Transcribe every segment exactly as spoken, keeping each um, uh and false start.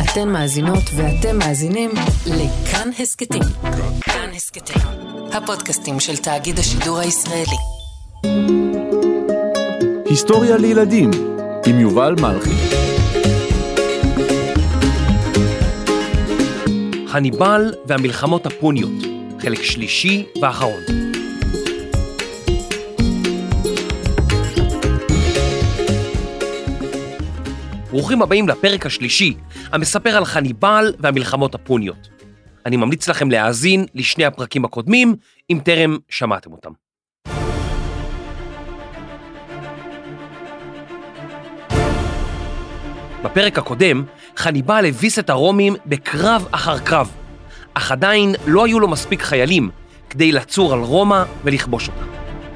אתן מאזינות ואתם מאזינים לכאן הסקטים. כאן הסקטים, הפודקאסטים של תאגיד השידור הישראלי. היסטוריה לילדים עם יובל מלכי. חניבל והמלחמות הפוניות, חלק שלישי ואחרון. ברוכים הבאים לפרק השלישי, המספר על חניבל והמלחמות הפוניות. אני ממליץ לכם להאזין לשני הפרקים הקודמים, אם טרם שמעתם אותם. בפרק הקודם, חניבל הביס את הרומים בקרב אחר קרב, אך עדיין לא היו לו מספיק חיילים כדי לצור על רומא ולכבוש אותה.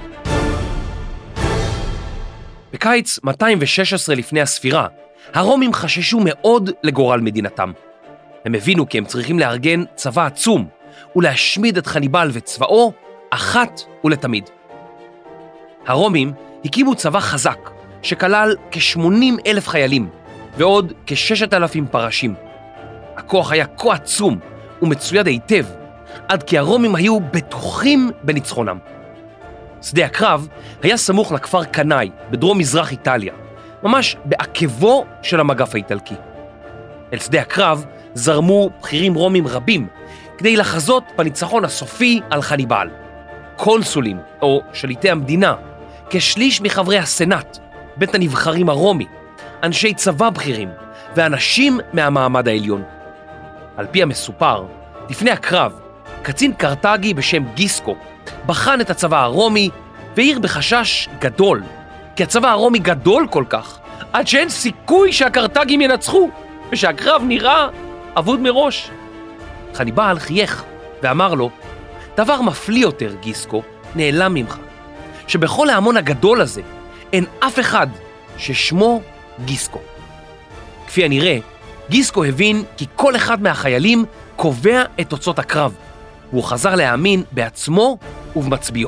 בקיץ מאתיים ושש עשרה לפני הספירה, הרומים חששו מאוד לגורל מדינתם. הם הבינו כי הם צריכים לארגן צבא עצום ולהשמיד את חניבל וצבאו אחת ולתמיד. הרומים הקימו צבא חזק שכלל כ-שמונים אלף חיילים ועוד כ-ששת אלפים פרשים. הכוח היה כה עצום ומצויד היטב, עד כי הרומים היו בטוחים בניצחונם. שדה הקרב היה סמוך לכפר קנאי בדרום מזרח איטליה, ממש בעקבו של המגף האיטלקי. אל שדה הקרב זרמו בכירים רומים רבים כדי לחזות בניצחון הסופי על חניבל. קונסולים או שליטי המדינה, כשליש מחברי הסנאט, בית הנבחרים הרומי, אנשי צבא בכירים ואנשים מהמעמד העליון. על פי המסופר, לפני הקרב, קצין קרתגי בשם גיסקו בחן את הצבא הרומי והעיר בחשש גדול, כי הצבא הרומי גדול כל כך, עד שאין סיכוי שהקרתגים ינצחו, ושהקרב נראה אבוד מראש. חניבל חייך ואמר לו, דבר מפליא יותר, גיסקו, נעלם ממך, שבכל ההמון הגדול הזה אין אף אחד ששמו גיסקו. כפי הנראה, גיסקו הבין כי כל אחד מהחיילים קובע את תוצאות הקרב, והוא חזר להאמין בעצמו ובמצביעו.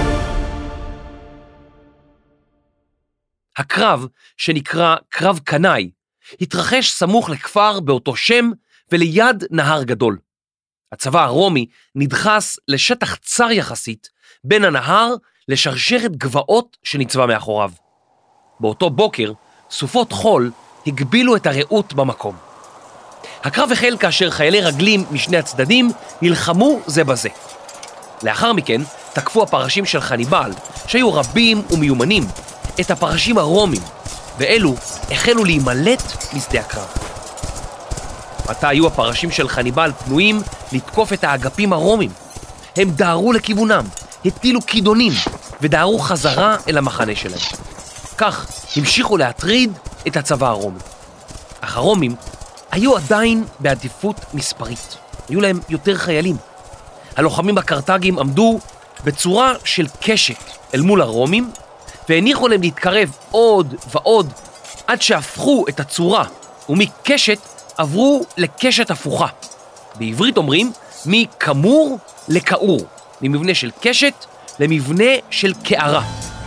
הקרב, שנקרא קרב קנאי, התרחש סמוך לכפר באותו שם וליד נהר גדול. הצבא הרומי נדחס לשטח צר יחסית בין הנהר לשרשרת גבעות שניצבה מאחוריו. באותו בוקר, סופות חול הגבילו את הרעות במקום. הקרב החל כאשר חיילי רגלים משני הצדדים נלחמו זה בזה. לאחר מכן תקפו הפרשים של חניבל, שהיו רבים ומיומנים, את הפרשים הרומים, ואלו החלו להימלט משדה הקרב. עתה היו הפרשים של חניבל פנויים לתקוף את האגפים הרומים. הם דהרו לכיוונם, הטילו כידונים ודהרו חזרה אל המחנה שלהם. כך המשיכו להטריד את הצבא הרומי. אך הרומים היו עדיין בעדיפות מספרית. היו להם יותר חיילים. הלוחמים הקרתגים עמדו בצורה של קשת אל מול הרומים, והניחו להם להתקרב עוד ועוד, עד שהפכו את הצורה, ומקשת עברו לקשת הפוכה. בעברית אומרים, מכמור לכאור, ממבנה של קשת למבנה של קערה.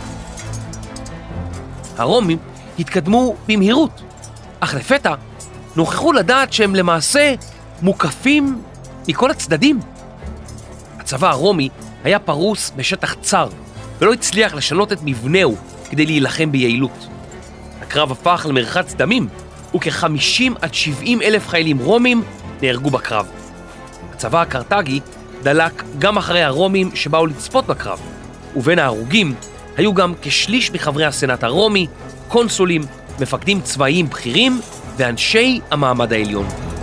הרומים התקדמו במהירות, אך לפתע נוכחו לדעת שהם למעשה מוקפים מכל הצדדים. הצבא הרומי היה פרוס בשטח צר, ולא הצליח לשנות את מבנהו כדי להילחם ביעילות. הקרב הפך למרחץ דמים, וכ-חמישים עד שבעים אלף חיילים רומים נהרגו בקרב. הצבא הקרתגי דלק גם אחרי הרומים שבאו לצפות בקרב, ובין ההרוגים היו גם כשליש מחברי הסנאט הרומי, קונסולים, מפקדים צבאיים בכירים ואנשי המעמד העליון.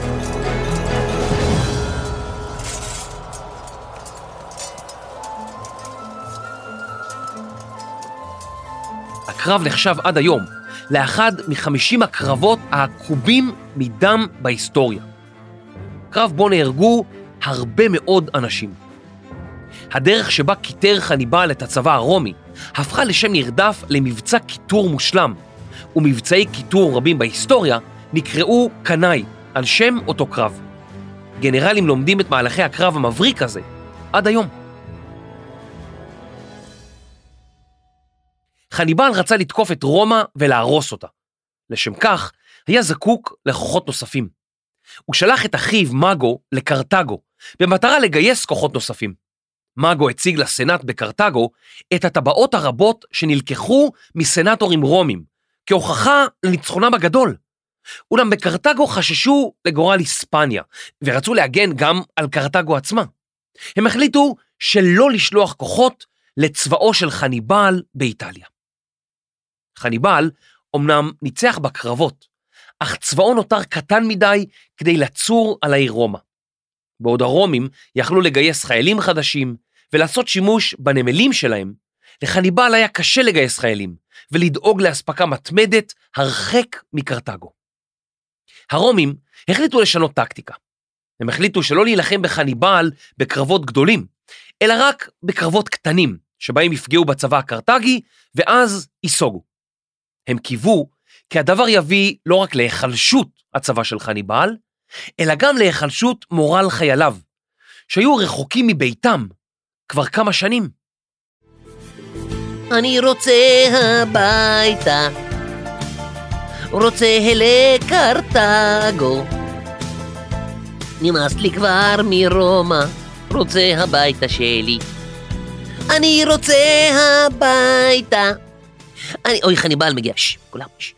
הקרב נחשב עד היום לאחד מחמישים הקרבות העקובים מדם בהיסטוריה. קרב בו נהרגו הרבה מאוד אנשים. הדרך שבה כיתר חניבל את הצבא הרומי הפכה לשם נרדף למבצע כיתור מושלם, ומבצעי כיתור רבים בהיסטוריה נקראו קנאי על שם אותו קרב. גנרלים לומדים את מהלכי הקרב המבריק הזה עד היום. חניבל רצה לתקוף את רומא ולהרוס אותה. לשם כך היה זקוק לכוחות נוספים. הוא שלח את אחיו מגו לקרטגו, במטרה לגייס כוחות נוספים. מגו הציג לסנאט בקרטגו את הטבעות הרבות שנלקחו מסנאטורים רומים, כהוכחה לניצחונם הגדול. אולם בקרטגו חששו לגורל היספניה, ורצו להגן גם על קרטגו עצמה. הם החליטו שלא לשלוח כוחות לצבאו של חניבל באיטליה. חניבל אמנם ניצח בקרבות, אך צבאו נותר קטן מדי כדי לצור על העיר רומא. בעוד הרומים יכלו לגייס חיילים חדשים ולעשות שימוש בנמלים שלהם, לחניבל היה קשה לגייס חיילים ולדאוג להספקה מתמדת הרחק מקרטגו. הרומים החליטו לשנות טקטיקה. הם החליטו שלא להילחם בחניבל בקרבות גדולים, אלא רק בקרבות קטנים, שבהם יפגעו בצבא הקרטגי ואז ייסוגו. הם קיוו כי הדבר יביא לא רק להיחלשות הצבא של חניבל, אלא גם להיחלשות מורל חייליו, שהיו רחוקים מביתם כבר כמה שנים. אני רוצה הביתה, רוצה לקרטגו, נמאס לי כבר מרומא, רוצה הביתה שלי. אני רוצה הביתה. אני, אוי, חניבל מגיע, שש, כולם, שש.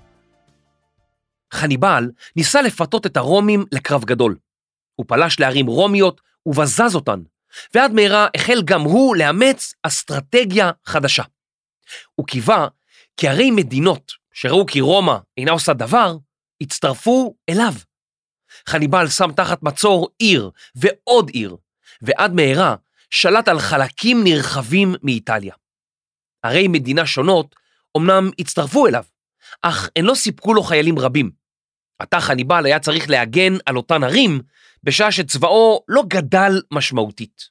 חניבל ניסה לפתות את הרומים לקרב גדול. הוא פלש לערים רומיות ובזז אותן, ועד מהרה החל גם הוא לאמץ אסטרטגיה חדשה. הוא קיווה כי ערי מדינות שראו כי רומא אינה עושה דבר, הצטרפו אליו. חניבל שם תחת מצור עיר ועוד עיר, ועד מהרה שלט על חלקים נרחבים מאיטליה. ערי מדינה שונות אמנם הצטרפו אליו, אך הן לא סיפקו לו חיילים רבים. עתה חניבל היה צריך להגן על אותן ערים, בשעה שצבאו לא גדל משמעותית.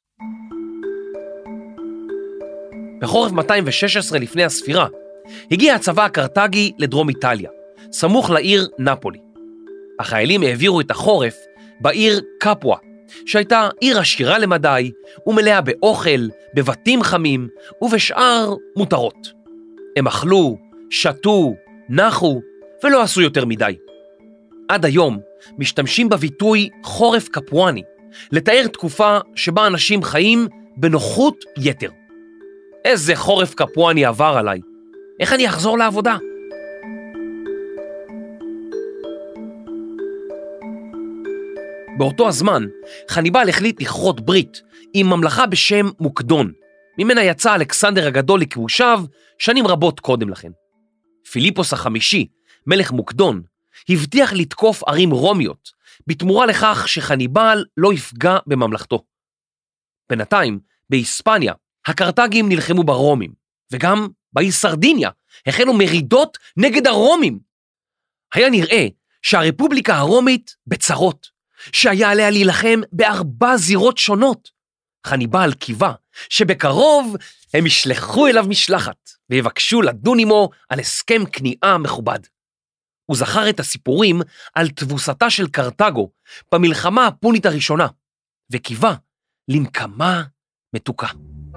בחורף מאתיים ושש עשרה לפני הספירה, הגיע הצבא הקרטגי לדרום איטליה, סמוך לעיר נפולי. החיילים העבירו את החורף בעיר קפואה, שהייתה עיר עשירה למדי ומלאה באוכל, בבתים חמים ובשאר מותרות. הם אכלו, שתו, נחו ולא עשו יותר מדי. עד היום משתמשים בביטוי חורף קפואני, לתאר תקופה שבה אנשים חיים בנוחות יתר. איזה חורף קפואני עבר עליי, איך אני אחזור לעבודה? באותו הזמן, חניבל החליט לכרות ברית עם ממלכה בשם מוקדון, ממנה יצא אלכסנדר הגדול לכבושיו שנים רבות קודם לכן. פיליפוס החמישי, מלך מוקדון, הבטיח לתקוף ערים רומיות, בתמורה לכך שחניבל לא יפגע בממלכתו. בינתיים, בהיספניה, הקרטגים נלחמו ברומים, וגם באי סרדיניה החלו מרידות נגד הרומים. היה נראה שהרפובליקה הרומית בצרות, שהיה עליה להילחם בארבע זירות שונות. חניבל קיווה שבקרוב הם ישלחו אליו משלחת, ויבקשו לדון עמו על הסכם כניעה מכובד. הוא זכר את הסיפורים על תבוסתה של קרטגו במלחמה הפונית הראשונה, וקיווה לנקמה מתוקה.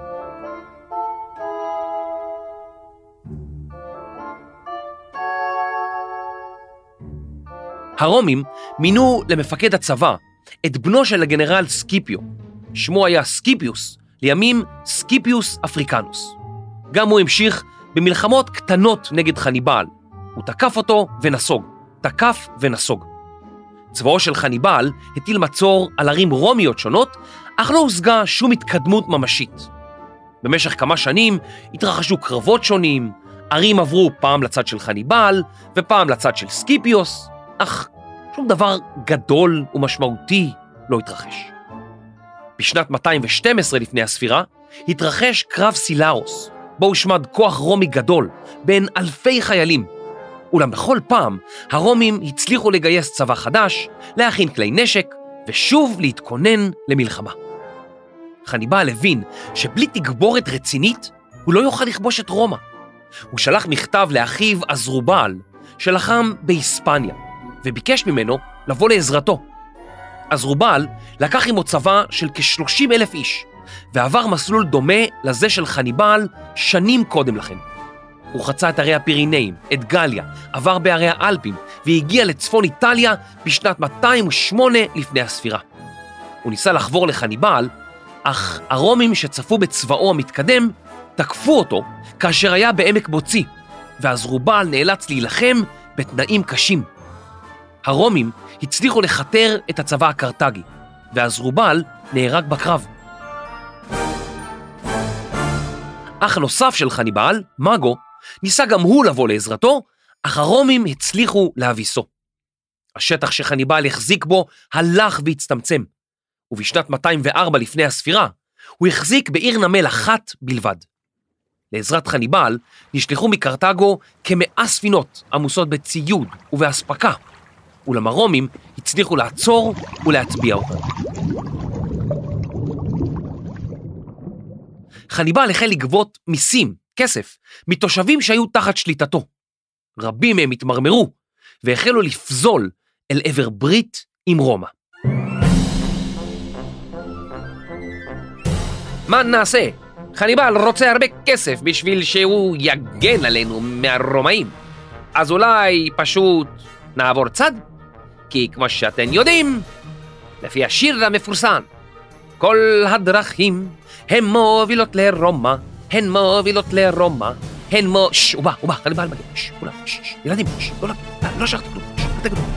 הרומים מינו למפקד הצבא את בנו של הגנרל סקיפיו, שמו היה סקיפיוס, לימים סקיפיוס אפריקנוס. גם הוא המשיך במלחמות קטנות נגד חניבל, הוא תקף אותו ונסוג, תקף ונסוג. צבאו של חניבל הטיל מצור על ערים רומיות שונות, אך לא הושגה שום התקדמות ממשית. במשך כמה שנים התרחשו קרבות שונים, ערים עברו פעם לצד של חניבל ופעם לצד של סקיפיוס, אך שום דבר גדול ומשמעותי לא התרחש. בשנת מאתיים ושתים עשרה לפני הספירה התרחש קרב סילאוס, בו הושמד כוח רומי גדול בין אלפי חיילים. אולם בכל פעם הרומים הצליחו לגייס צבא חדש, להכין כלי נשק ושוב להתכונן למלחמה. חניבל הבין שבלי תגבורת רצינית הוא לא יוכל לכבוש את רומא. הוא שלח מכתב לאחיו אזרובל שלחם בהיספניה, וביקש ממנו לבוא לעזרתו. אזרובל לקח עמו צבא של כ-שלושים אלף איש, ועבר מסלול דומה לזה של חניבל שנים קודם לכן. הוא חצה את ערי הפירינאים, את גליה, עבר בערי האלפים, והגיע לצפון איטליה בשנת מאתיים ושמונה לפני הספירה. הוא ניסה לחבור לחניבל, אך הרומים שצפו בצבאו המתקדם, תקפו אותו כאשר היה בעמק בוצי, והזרובל נאלץ להילחם בתנאים קשים. הרומים הצליחו לחתר את הצבא הקרטגי, והזרובל נהרג בקרב. אח נוסף של חניבל, מאגו, ניסה גם הוא לבוא לעזרתו, אך הרומים הצליחו להביסו. השטח שחניבל החזיק בו הלך והצטמצם, ובשנת מאתיים וארבע לפני הספירה, הוא החזיק בעיר נמל אחת בלבד. לעזרת חניבל נשלחו מקרטגו כמאה ספינות עמוסות בציוד ובהספקה, אולם הרומים הצליחו לעצור ולהטביע אותם. חניבל החל לגבות מיסים, כסף, מתושבים שהיו תחת שליטתו. רבים מהם התמרמרו והחלו לפזול אל עבר ברית עם רומא. מה נעשה? חניבל רוצה הרבה כסף בשביל שהוא יגן עלינו מהרומאים. אז אולי פשוט נעבור צד? כי כמו שאתם יודעים, לפי השיר המפורסם, כל הדרכים הן מובילות לרומא, הן מובילות לרומא, הן מו... שש, הוא בא, הוא בא, חניבל מגיע, שש, כולם, שש, ילדים, שש, לא, לא, לא שכחתי כלום, שש, אל תגדו.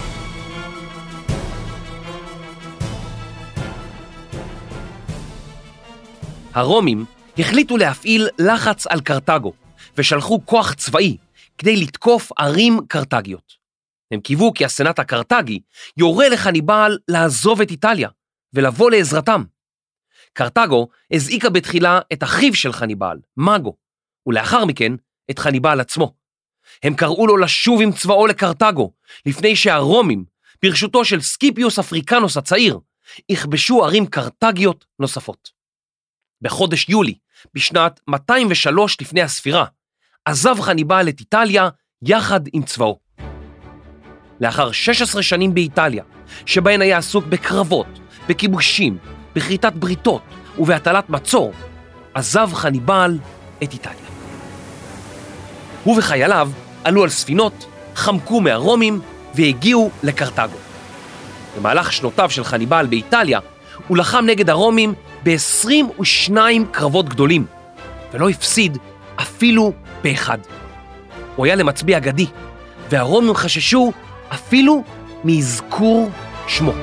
הרומים החליטו להפעיל לחץ על קרטגו, ושלחו כוח צבאי כדי לתקוף ערים קרטגיות. הם קיוו כי הסנאט הקרטגי יורה לחניבל לעזוב את איטליה, ולבוא לעזרתם. קרטגו הזעיקה בתחילה את אחיו של חניבל, מאגו, ולאחר מכן את חניבל עצמו. הם קראו לו לשוב עם צבאו לקרטגו, לפני שהרומים, ברשותו של סקיפיוס אפריקנוס הצעיר, יכבשו ערים קרטגיות נוספות. בחודש יולי, בשנת מאתיים ושלוש לפני הספירה, עזב חניבל את איטליה יחד עם צבאו. לאחר שש עשרה שנים באיטליה, שבהן היה עסוק בקרבות, בכיבושים, בכריתת בריתות ובהטלת מצור, עזב חניבל את איטליה. הוא וחייליו עלו על ספינות, חמקו מהרומים והגיעו לקרטגו. במהלך שנותיו של חניבל באיטליה, הוא לחם נגד הרומים ב-עשרים ושניים קרבות גדולים, ולא הפסיד אפילו באחד. הוא היה למצביא אגדי, והרומים חששו אפילו מאזכור שמו.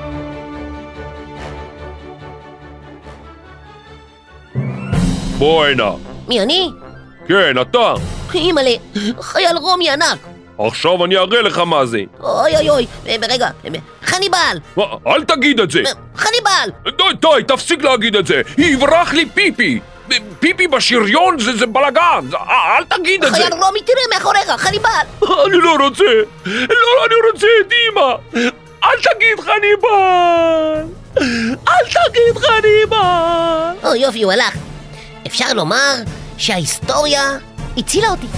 בוא הנה. מי אני? כן, אתה. אימא'לה, חייל רומי ענק. עכשיו אני אראה לך מה זה. אוי אוי אוי, רגע, חניבל. מה, אל תגיד את זה. חניבל. די, די, תפסיק להגיד את זה. יברח לי פיפי. פיפי בשריון זה, זה בלגן. אל תגיד את זה. חייל רומי, תראה מאחוריך, חניבל. אני לא רוצה. לא, אני רוצה את אמא. אל תגיד חניבל. אל תגיד חניבל. או יופי, הוא הלך. אפשר לומר שההיסטוריה הצילה אותי.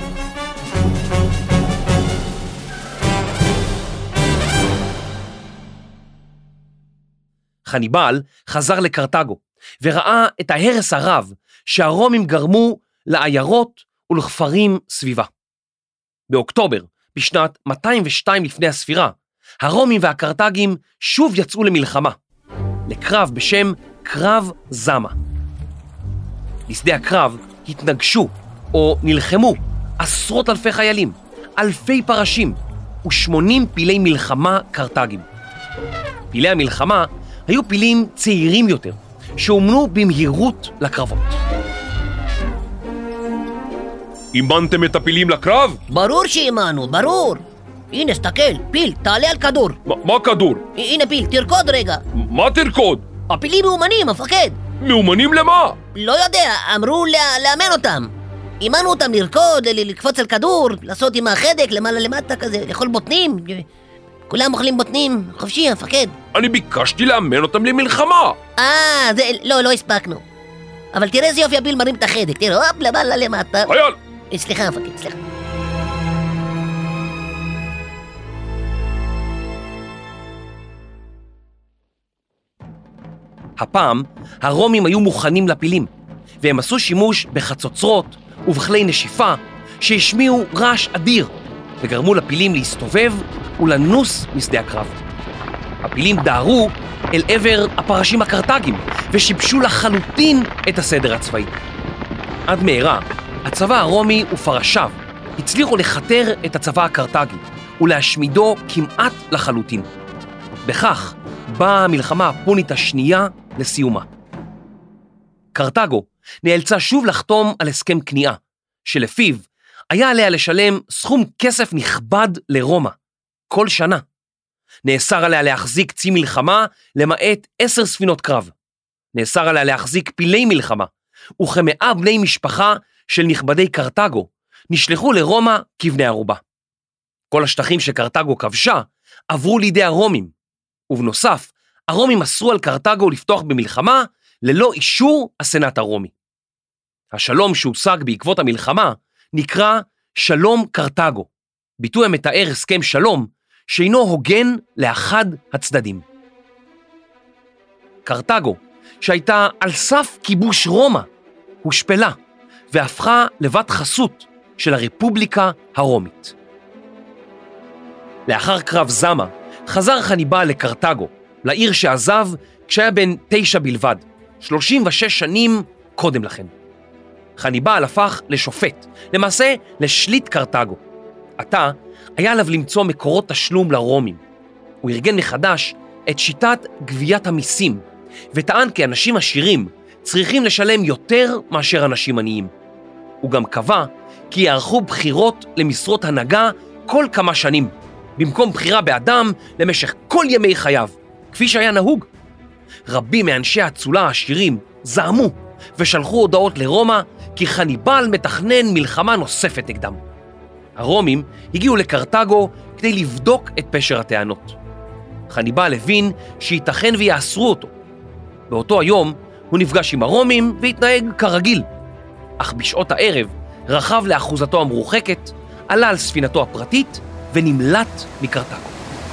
חניבל חזר לקרטגו, וראה את ההרס הרב שהרומים גרמו לעיירות ולכפרים סביבה. באוקטובר, בשנת מאתיים ושתיים לפני הספירה, הרומים והקרטגים שוב יצאו למלחמה, לקרב בשם קרב זמה. בשדה הקרב התנגשו או נלחמו עשרות אלפי חיילים, אלפי פרשים ושמונים פילי מלחמה קרטגים. פילי המלחמה היו פילים צעירים יותר, שאומנו במהירות לקרבות. אימנתם את הפילים לקרב? ברור שאימנו, ברור. הנה, סתכל, פיל, תעלה על כדור. ما, מה כדור? הנה פיל, תרקוד רגע. מה תרקוד? הפילים מאומנים, המפקד. מאומנים למה? לא יודע, אמרו לה, לאמן אותם. אימנו אותם לרקוד, לקפוץ על כדור, לעשות עם החדק למעלה למטה כזה, לאכול בוטנים. כולם אוכלים בוטנים, חופשי, המפקד. אני ביקשתי לאמן אותם למלחמה. אה, זה, לא, לא הספקנו. אבל תראה איזה יופי הפיל מרים את החדק, תראה, הופ, למעלה למטה. חייל! סליחה, המפקד, סליחה. הפעם הרומים היו מוכנים לפילים, והם עשו שימוש בחצוצרות ובכלי נשיפה שהשמיעו רעש אדיר וגרמו לפילים להסתובב ולנוס משדה הקרב. הפילים דהרו אל עבר הפרשים הקרטגים ושיבשו לחלוטין את הסדר הצבאי. עד מהרה, הצבא הרומי ופרשיו הצליחו לחתר את הצבא הקרטגי ולהשמידו כמעט לחלוטין. בכך באה המלחמה הפונית השנייה לסיומה. קרטגו נאלצה שוב לחתום על הסכם כניעה, שלפיו היה עליה לשלם סכום כסף נכבד לרומא כל שנה. נאסר עליה להחזיק צי מלחמה למעט עשר ספינות קרב. נאסר עליה להחזיק פילי מלחמה, וכמאה בני משפחה של נכבדי קרטגו נשלחו לרומא כבני ערובה. כל השטחים שקרטגו כבשה עברו לידי הרומים, ובנוסף, הרומים אסרו על קרטגו לפתוח במלחמה ללא אישור הסנאט הרומי. השלום שהושג בעקבות המלחמה נקרא שלום קרטגו, ביטוי המתאר הסכם שלום שאינו הוגן לאחד הצדדים. קרטגו, שהייתה על סף כיבוש רומא, הושפלה והפכה לבת חסות של הרפובליקה הרומית. לאחר קרב זמה, חזר חניבל לקרטגו, לעיר שעזב כשהיה בן תשע בלבד, שלושים ושש שנים קודם לכן. חניבל הפך לשופט, למעשה לשליט קרטגו. עתה היה עליו למצוא מקורות תשלום לרומים. הוא ארגן מחדש את שיטת גביית המיסים, וטען כי אנשים עשירים צריכים לשלם יותר מאשר אנשים עניים. הוא גם קבע כי יערכו בחירות למשרות הנהגה כל כמה שנים, במקום בחירה באדם למשך כל ימי חייו, כפי שהיה נהוג. רבים מאנשי האצולה העשירים זעמו ושלחו הודעות לרומא כי חניבל מתכנן מלחמה נוספת נגדם. הרומים הגיעו לקרטגו כדי לבדוק את פשר הטענות. חניבל הבין שייתכן ויאסרו אותו. באותו היום הוא נפגש עם הרומים והתנהג כרגיל. אך בשעות הערב רכב לאחוזתו המרוחקת, עלה על ספינתו הפרטית ונמלט מקרטגו.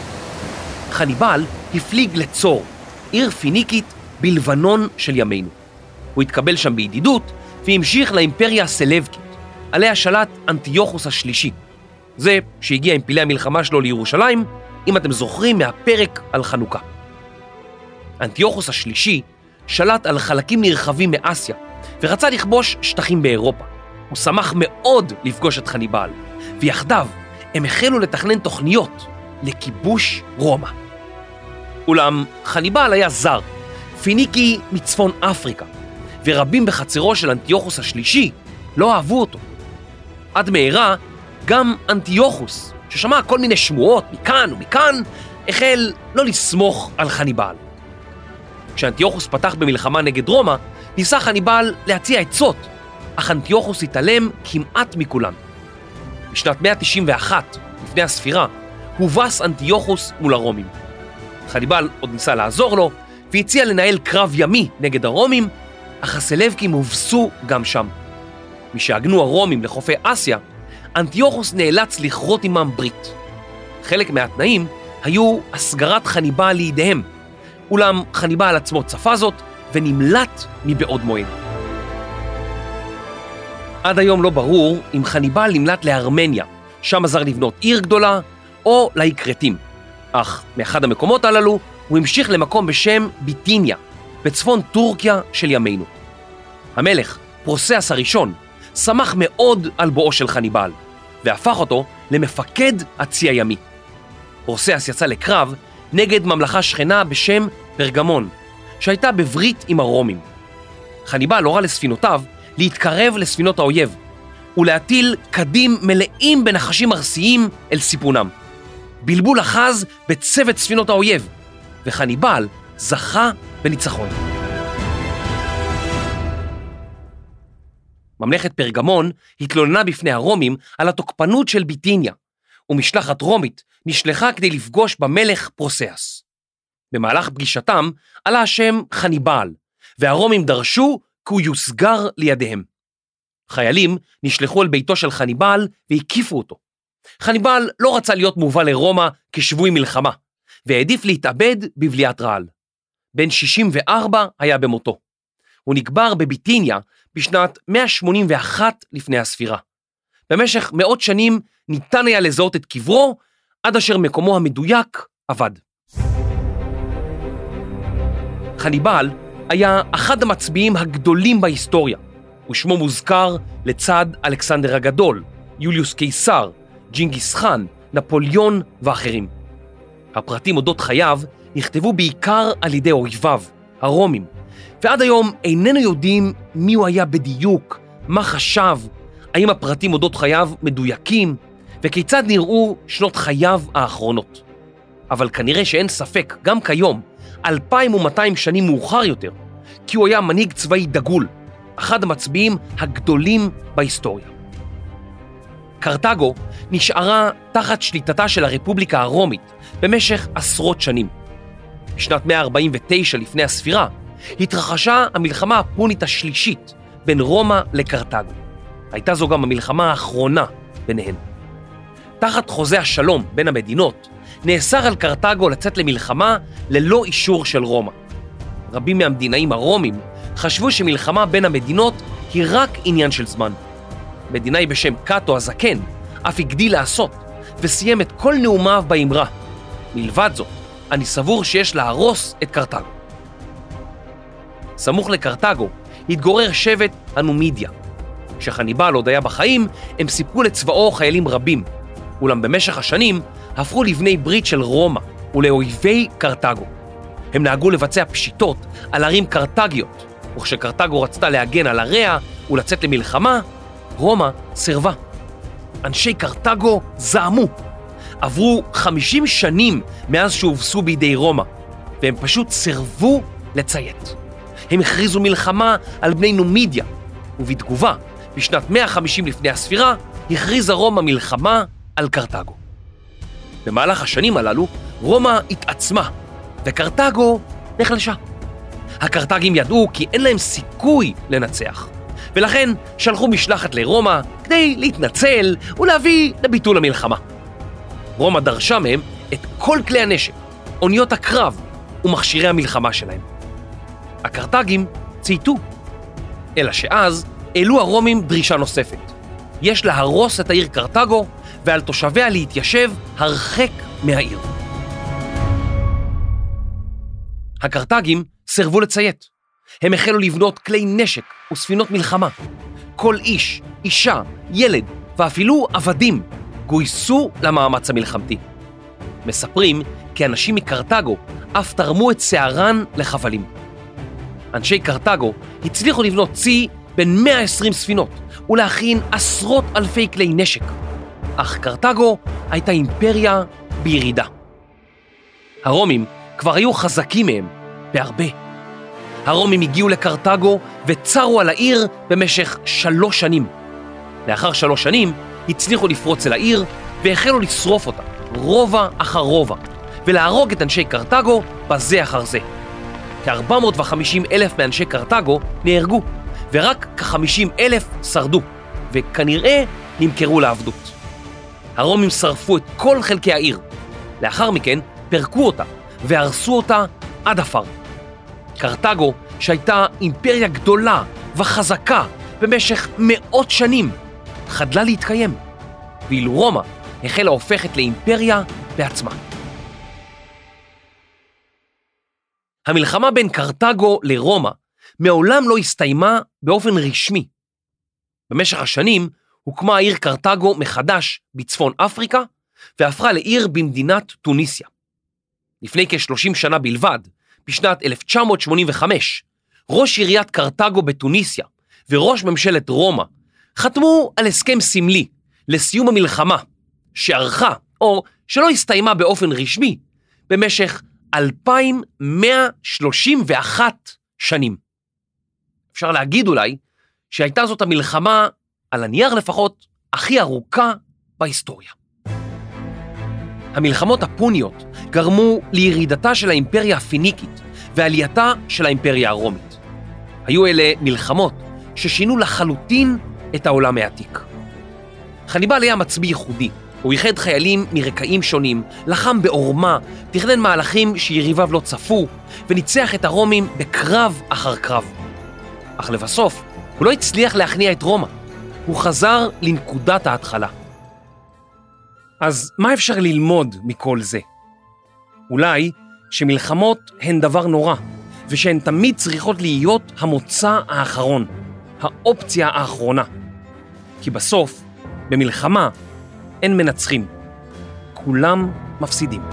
חניבל הפליג לצור, עיר פיניקית בלבנון של ימינו. הוא התקבל שם בידידות והמשיך לאימפריה הסלבקית, עליה שלט אנטיוכוס השלישי. זה שהגיע עם פילי המלחמה שלו לירושלים, אם אתם זוכרים מהפרק על חנוכה. אנטיוכוס השלישי שלט על חלקים נרחבים מאסיה, ורצה לכבוש שטחים באירופה. הוא שמח מאוד לפגוש את חניבל, ויחדיו הם החלו לתכנן תוכניות לכיבוש רומא. אולם חניבל היה זר, פיניקי מצפון אפריקה, ורבים בחצרו של אנטיוכוס השלישי לא אהבו אותו. עד מהרה גם אנטיוכוס, ששמע כל מיני שמועות מכאן ומכאן, החל לא לסמוך על חניבל. כשאנטיוכוס פתח במלחמה נגד רומא, ניסה חניבל להציע עצות, אך אנטיוכוס התעלם כמעט מכולם. בשנת מאה תשעים ואחת, לפני הספירה, הובס אנטיוכוס מול הרומים. חניבל עוד ניסה לעזור לו, והציע לנהל קרב ימי נגד הרומים, אך הסלבקים הובסו גם שם. משהגנו הרומים לחופי אסיה, אנטיוכוס נאלץ לכרות עמם ברית. חלק מהתנאים היו הסגרת חניבל לידיהם, אולם חניבל עצמו צפה זאת ונמלט מבעוד מועד. עד היום לא ברור אם חניבל נמלט לארמניה, שם עזר לבנות עיר גדולה, או לאיקרטים. אך מאחד המקומות הללו הוא המשיך למקום בשם ביטיניה, בצפון טורקיה של ימינו. המלך, פרוסס הראשון, שמח מאוד על בואו של חניבל, והפך אותו למפקד הצי הימי. פרוסס יצא לקרב נגד ממלכה שכנה בשם פרגמון, שהייתה בברית עם הרומים. חניבל הורה לספינותיו להתקרב לספינות האויב, ולהטיל קדים מלאים בנחשים ארסיים אל סיפונם. בלבול אחז בצוות ספינות האויב, וחניבל זכה בניצחון. ממלכת פרגמון התלוננה בפני הרומים על התוקפנות של ביטיניה, ומשלחת רומית נשלחה כדי לפגוש במלך פרוסס. במהלך פגישתם עלה השם חניבל, והרומים דרשו כי הוא יוסגר לידיהם. חיילים נשלחו אל ביתו של חניבל והקיפו אותו. חניבל לא רצה להיות מובל לרומא כשבוי מלחמה, והעדיף להתאבד בבליעת רעל. בן שישים וארבע היה במותו. הוא נקבר בביטיניה בשנת מאה שמונים ואחת לפני הספירה. במשך מאות שנים ניתן היה לזהות את קברו, עד אשר מקומו המדויק עבד. חניבל היה אחד המצביעים הגדולים בהיסטוריה, ושמו מוזכר לצד אלכסנדר הגדול, יוליוס קיסר, ג'ינגיס חאן, נפוליאון ואחרים. הפרטים אודות חייו נכתבו בעיקר על ידי אויביו, הרומים, ועד היום איננו יודעים מי הוא היה בדיוק, מה חשב, האם הפרטים אודות חייו מדויקים, וכיצד נראו שנות חייו האחרונות. אבל כנראה שאין ספק, גם כיום, אלפיים ומאתיים שנים מאוחר יותר, כי הוא היה מנהיג צבאי דגול, אחד המצביעים הגדולים בהיסטוריה. קרתגו נשארה תחת שליטתה של הרפובליקה הרומית במשך עשרות שנים. בשנת מאה ארבעים ותשע לפני הספירה התרחשה המלחמה הפונית השלישית בין רומא לקרתגו. הייתה זו גם המלחמה האחרונה ביניהן. תחת חוזה השלום בין המדינות נאסר על קרתגו לצאת למלחמה ללא אישור של רומא. רבים מהמדינאים הרומים חשבו שמלחמה בין המדינות היא רק עניין של זמן. מדינאי בשם קאטו הזקן אף הגדיל לעשות וסיים את כל נאומיו באמרה: מלבד זאת, אני סבור שיש להרוס את קרתגו. סמוך לקרתגו התגורר שבט הנומידיה. כשחניבל עוד היה בחיים, הם סיפקו לצבאו חיילים רבים, אולם במשך השנים הפכו לבני ברית של רומא ולאויבי קרתגו. הם נהגו לבצע פשיטות על ערים קרתגיות, וכשקרתגו רצתה להגן על עריה ולצאת למלחמה, רומא סירבה. אנשי קרתגו זעמו. עברו חמישים שנים מאז שהובסו בידי רומא, והם פשוט סירבו לציית. הם הכריזו מלחמה על בני נומידיה, ובתגובה, בשנת מאה וחמישים לפני הספירה, הכריזה רומא מלחמה על קרתגו. במהלך השנים הללו, רומא התעצמה, וקרתגו נחלשה. הקרתגים ידעו כי אין להם סיכוי לנצח, ולכן שלחו משלחת לרומא כדי להתנצל ולהביא לביטול המלחמה. רומא דרשה מהם את כל כלי הנשק, אוניות הקרב ומכשירי המלחמה שלהם. הקרתגים צייתו, אלא שאז העלו הרומים דרישה נוספת. יש להרוס את העיר קרתגו ועל תושביה להתיישב הרחק מהעיר. הקרתגים סירבו לציית. הם החלו לבנות כלי נשק וספינות מלחמה. כל איש, אישה, ילד ואפילו עבדים גויסו למאמץ המלחמתי. מספרים כי אנשים מקרתגו אף תרמו את שערן לחבלים. אנשי קרתגו הצליחו לבנות צי בין מאה ועשרים ספינות ולהכין עשרות אלפי כלי נשק. אך קרתגו הייתה אימפריה בירידה. הרומים כבר היו חזקים מהם בהרבה. הרומים הגיעו לקרתגו וצרו על העיר במשך שלוש שנים. לאחר שלוש שנים הצליחו לפרוץ אל העיר והחלו לשרוף אותה, רובע אחר רובע, ולהרוג את אנשי קרתגו בזה אחר זה. כ-ארבע מאות וחמישים אלף מאנשי קרתגו נהרגו, ורק כ-חמישים אלף שרדו, וכנראה נמכרו לעבדות. הרומים שרפו את כל חלקי העיר. לאחר מכן פרקו אותה והרסו אותה עד עפר. קרתגו, שהייתה אימפריה גדולה וחזקה במשך מאות שנים, חדלה להתקיים, ואילו רומא החלה הופכת לאימפריה בעצמה. המלחמה בין קרתגו לרומא מעולם לא הסתיימה באופן רשמי. במשך השנים הוקמה העיר קרתגו מחדש בצפון אפריקה, והפכה לעיר במדינת טוניסיה. לפני כ-שלושים שנה בלבד, בשנת אלף תשע מאות שמונים וחמש, ראש עיריית קרתגו בטוניסיה וראש ממשלת רומא חתמו על הסכם סמלי לסיום המלחמה, שערכה, או שלא הסתיימה באופן רשמי, במשך אלפיים מאה שלושים ואחת שנים. אפשר להגיד אולי שהייתה זאת המלחמה, על הנייר לפחות, הכי ארוכה בהיסטוריה. המלחמות הפוניות גרמו לירידתה של האימפריה הפיניקית ועלייתה של האימפריה הרומית. היו אלה מלחמות ששינו לחלוטין את העולם העתיק. חניבל היה מצביא ייחודי. הוא ייחד חיילים מרקעים שונים, לחם בעורמה, תכנן מהלכים שיריביו לא צפו, וניצח את הרומים בקרב אחר קרב. אך לבסוף, הוא לא הצליח להכניע את רומא. הוא חזר לנקודת ההתחלה. אז מה אפשר ללמוד מכל זה? אולי שמלחמות הן דבר נורא, ושהן תמיד צריכות להיות המוצא האחרון, האופציה האחרונה. כי בסוף, במלחמה, אין מנצחים. כולם מפסידים.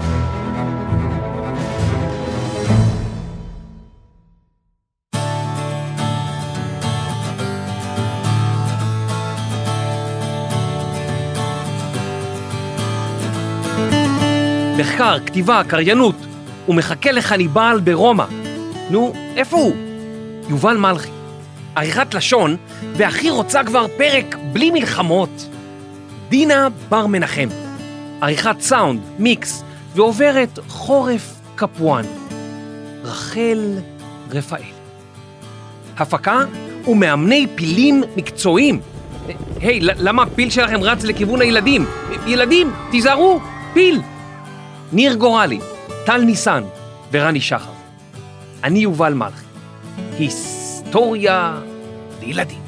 מחקר, כתיבה, קריינות, הוא מחכה לחניבל ברומא. נו, איפה הוא? יובל מלחי. עריכת לשון, והכי רוצה כבר פרק בלי מלחמות. דינה בר מנחם. עריכת סאונד, מיקס, ועוברת חורף קפואן. רחל רפאל. הפקה ומאמני פילים מקצועיים. היי, למה הפיל שלכם רץ לכיוון הילדים? ילדים, תיזהרו, פיל. ניר גורלי, טל ניסן ורני שחר. אני יובל מלחי. היסטוריה לילדים.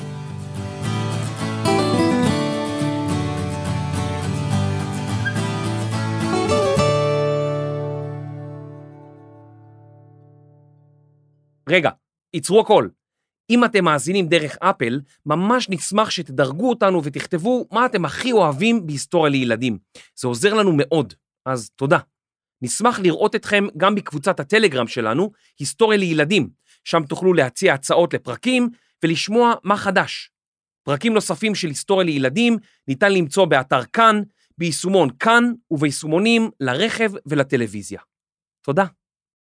רגע, ייצרו הכל. אם אתם מאזינים דרך אפל, ממש נשמח שתדרגו אותנו ותכתבו מה אתם הכי אוהבים בהיסטוריה לילדים. זה עוזר לנו מאוד, אז תודה. נשמח לראות אתכם גם בקבוצת הטלגרם שלנו, היסטוריה לילדים, שם תוכלו להציע הצעות לפרקים ולשמוע מה חדש. פרקים נוספים של היסטוריה לילדים ניתן למצוא באתר כאן, ביישומון כאן וביישומונים לרכב ולטלוויזיה. תודה.